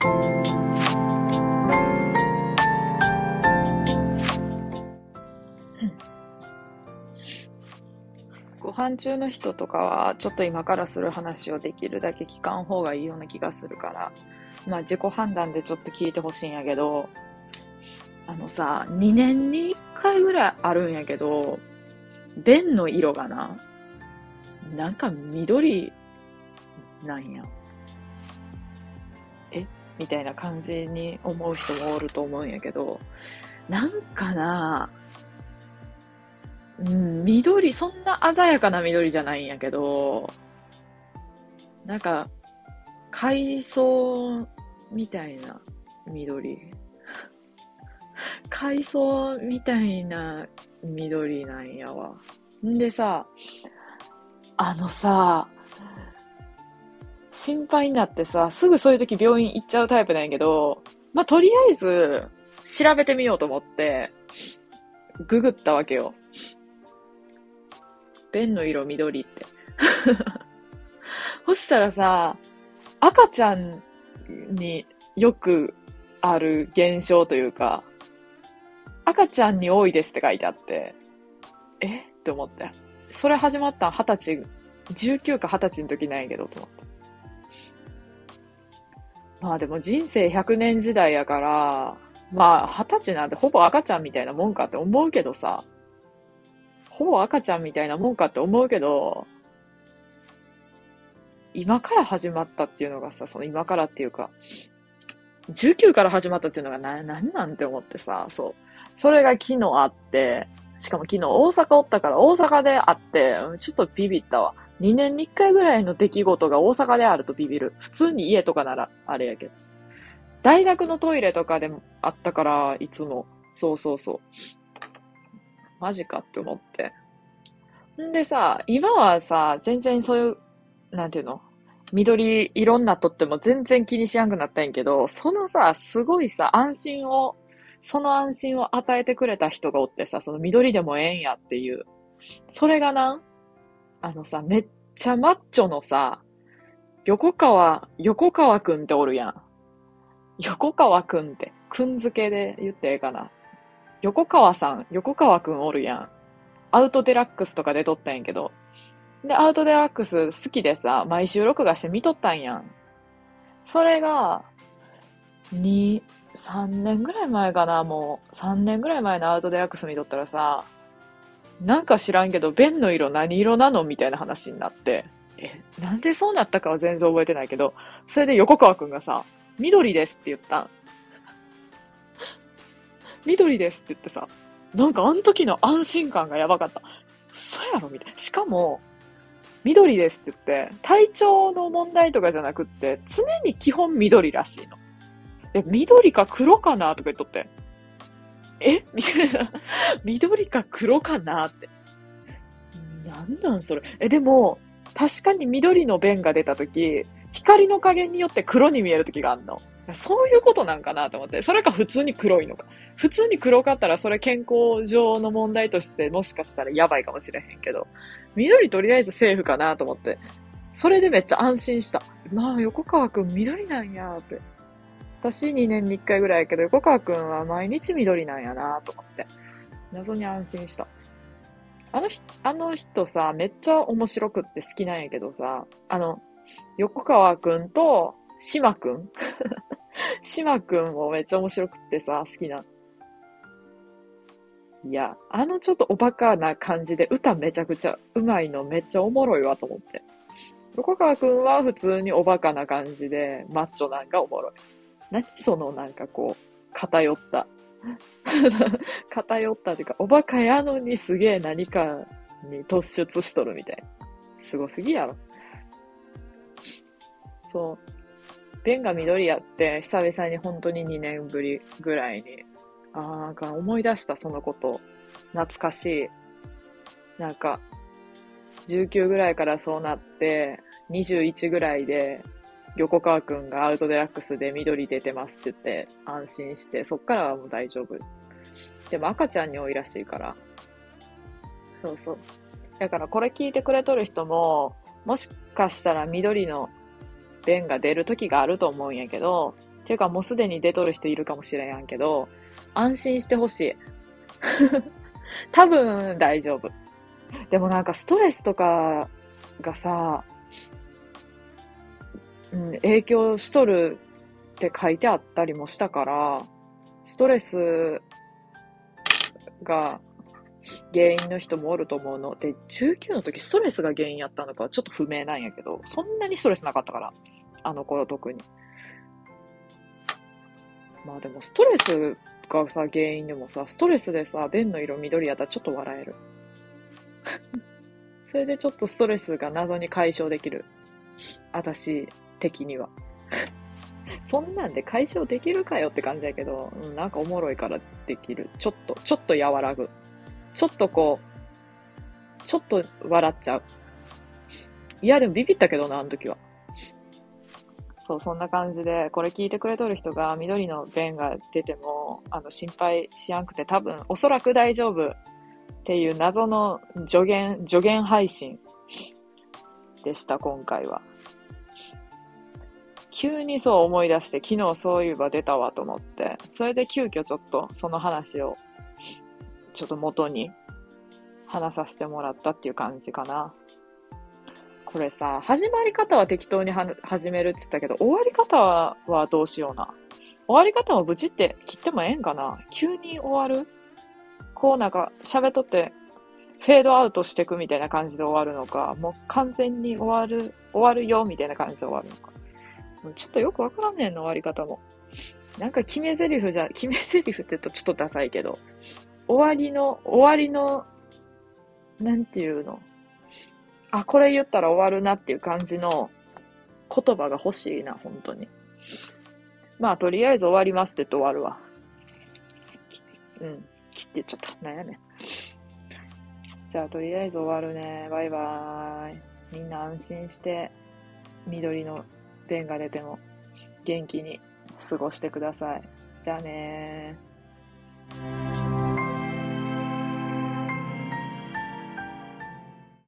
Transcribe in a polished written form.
ご飯中の人とかは、ちょっと今からする話をできるだけ聞かん方がいいような気がするから、まあ自己判断でちょっと聞いてほしいんやけど、2年に1回ぐらいあるんやけど、便の色がな、なんか緑なんや。えみたいな感じに思う人もおると思うんやけど、なんかな、緑、そんな鮮やかな緑じゃないんやけど、なんか、海藻みたいな緑。海藻みたいな緑なんやわ。んでさ、あのさ、心配になってさ、すぐそういう時病院行っちゃうタイプなんやけど、まあ、とりあえず、調べてみようと思って、ググったわけよ。便の色緑って。そしたらさ、赤ちゃんによくある現象というか、赤ちゃんに多いですって書いてあって、って思って。それ始まったん19か20歳の時なんやけど、と思って。まあでも人生100年時代やから、まあ20歳なんてほぼ赤ちゃんみたいなもんかって思うけどさ、ほぼ赤ちゃんみたいなもんかって思うけど、今から始まったっていうのがさ、その今からっていうか、19から始まったっていうのが何なんて思ってさ、そう。それが昨日あって、しかも昨日大阪おったから大阪であって、ちょっとビビったわ。2年に1回ぐらいの出来事が大阪であるとビビる。普通に家とかならあれやけど。大学のトイレとかでもあったから、いつも。そうそうそう。マジかって思って。んでさ、今はさ、全然そういう、なんていうの緑色になっとっても全然気にしやんくなったんやけど、そのさ、すごいさ、その安心を与えてくれた人がおってさ、その緑でもええんやっていう。それがな、めっちゃマッチョのさ、横川くんっておるやん。横川くんって、くん付けで言ってええかな。横川くんおるやん。アウトデラックスとかで撮ったんやけど。で、アウトデラックス好きでさ、毎週録画して見とったんやん。それが、3年ぐらい前かな、もう。3年ぐらい前のアウトデラックス見とったらさ、なんか知らんけど、便の色何色なのみたいな話になって。なんでそうなったかは全然覚えてないけど、それで横川くんがさ、緑ですって言ったん。緑ですって言ってさ、なんかあの時の安心感がやばかった。嘘やろみたいな。しかも、緑ですって言って、体調の問題とかじゃなくって、常に基本緑らしいの。緑か黒かなとか言っとって。みたいな。緑か黒かなって。なんなんそれ。でも、確かに緑の便が出たとき、光の加減によって黒に見えるときがあるの。そういうことなんかなと思って。それか普通に黒いのか。普通に黒かったらそれ健康上の問題としてもしかしたらやばいかもしれへんけど、緑とりあえずセーフかなと思って。それでめっちゃ安心した。まあ、横川くん緑なんやって。私2年に1回ぐらいやけど、横川くんは毎日緑なんやなと思って。謎に安心した。あの人さ、めっちゃ面白くって好きなんやけどさ、横川くんと、島くん島くんもめっちゃ面白くってさ、好きな。いや、ちょっとおバカな感じで歌めちゃくちゃ上手いのめっちゃおもろいわと思って。横川くんは普通におバカな感じで、マッチョなんかおもろい。何そのなんかこう、偏った偏ったっていうか、おバカやのにすげえ何かに突出しとるみたいな。すごすぎやろ。そう。便が緑やって、久々に本当に2年ぶりぐらいに、なんか思い出したそのこと。懐かしい。なんか、19ぐらいからそうなって、21ぐらいで、横川くんがアウトデラックスで緑出てますって言って安心して、そっからはもう大丈夫。でも赤ちゃんに多いらしいから。そうそう。だからこれ聞いてくれとる人も、もしかしたら緑の便が出る時があると思うんやけど、 ていうかもうすでに出とる人いるかもしれんやんけど、安心してほしい。多分大丈夫。でもなんかストレスとかがさ、影響しとるって書いてあったりもしたから、ストレスが原因の人もおると思うので、19の時ストレスが原因やったのかはちょっと不明なんやけど、そんなにストレスなかったから、あの頃特に。まあでもストレスがさ、原因でもさ、ストレスでさ、便の色緑やったらちょっと笑える。それでちょっとストレスが謎に解消できる。私的には。そんなんで解消できるかよって感じだけど、なんかおもろいからできる。ちょっと和らぐ。ちょっとこう、ちょっと笑っちゃう。いや、でもビビったけどな、あの時は。そう、そんな感じで、これ聞いてくれとる人が緑の便が出ても、心配しやんくて多分、おそらく大丈夫っていう謎の助言配信でした、今回は。急にそう思い出して、昨日そういえば出たわと思って、それで急遽ちょっとその話をちょっと元に話させてもらったっていう感じかな。これさ、始まり方は適当に始めるって言ったけど、終わり方はどうしような。終わり方もブチって切ってもええんかな。急に終わるこうなんか喋っとってフェードアウトしていくみたいな感じで終わるのか、もう完全に終わるよみたいな感じで終わるのか。ちょっとよくわからんねんの終わり方も。なんか決め台詞って言うとちょっとダサいけど、終わりの、なんていうの。あ、これ言ったら終わるなっていう感じの言葉が欲しいな、本当に。まあ、とりあえず終わりますって言って終わるわ。切って言っちゃった。なんやねん。じゃあ、とりあえず終わるね。バイバーイ。みんな安心して、緑の便が出ても元気に過ごしてください。じゃあねー。